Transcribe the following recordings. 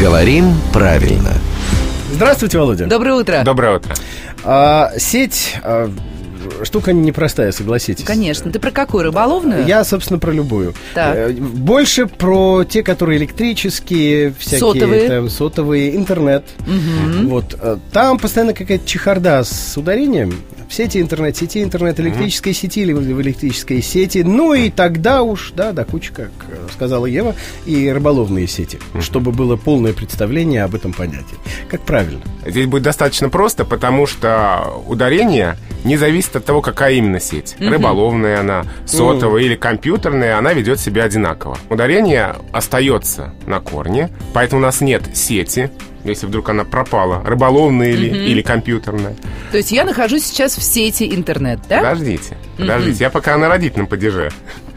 Говорим правильно. Здравствуйте, Володя. Доброе утро. Доброе утро. Сеть штука непростая, согласитесь. Конечно. Ты про какую? Рыболовную? Я, собственно, про любую. Так. Больше про те, которые электрические, всякие сотовые, интернет. Угу. Вот. Там постоянно какая-то чехарда с ударением. В сети интернет-сети, интернет-электрической сети или в электрической сети. Ну и тогда уж, да, до кучи, как сказала Ева, и рыболовные сети, чтобы было полное представление об этом понятии. Как правильно? Здесь будет достаточно просто, потому что ударение не зависит от того, какая именно сеть. Рыболовная она, сотовая или компьютерная, она ведет себя одинаково. Ударение остается на корне, поэтому у нас нет сети, если вдруг она пропала, рыболовная или компьютерная. То есть я нахожусь сейчас в сети интернет, да? Подождите, я пока на родительном падеже.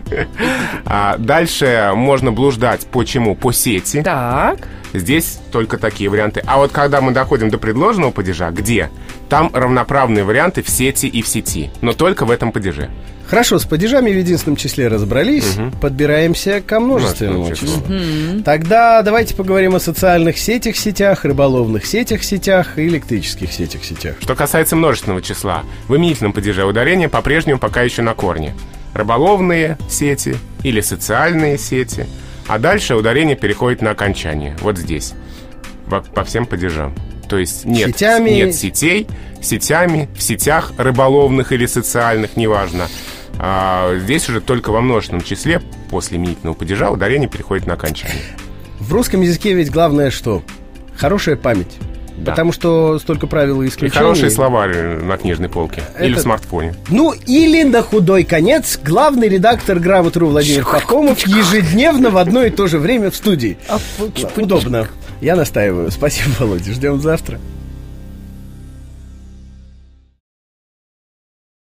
Дальше можно блуждать по чему? По сети. Так. Здесь только такие варианты. А вот когда мы доходим до предложенного падежа, где? Там равноправные варианты в сети и в сети, но только в этом падеже. Хорошо, с падежами в единственном числе разобрались. Подбираемся ко множественному числу. Тогда давайте поговорим о социальных сетях, рыболовных сетях и электрических сетях. Что касается множественного числа, в именительном падеже ударение по-прежнему пока еще на корне. Рыболовные сети или социальные сети. А дальше ударение переходит на окончание. Вот здесь. По всем падежам. То есть нет сетей, сетями, в сетях рыболовных или социальных, неважно. Здесь уже только во множественном числе после именительного падежа ударение переходит на окончание. В русском языке ведь главное что? Хорошая память. Да. Потому что столько правил и исключений. И хороший словарь на книжной полке. Или в смартфоне. Ну, или на худой конец главный редактор Грамотру Владимир Пахомов ежедневно в одно и то же время в студии. Удобно. Я настаиваю. Спасибо, Володя. Ждем завтра.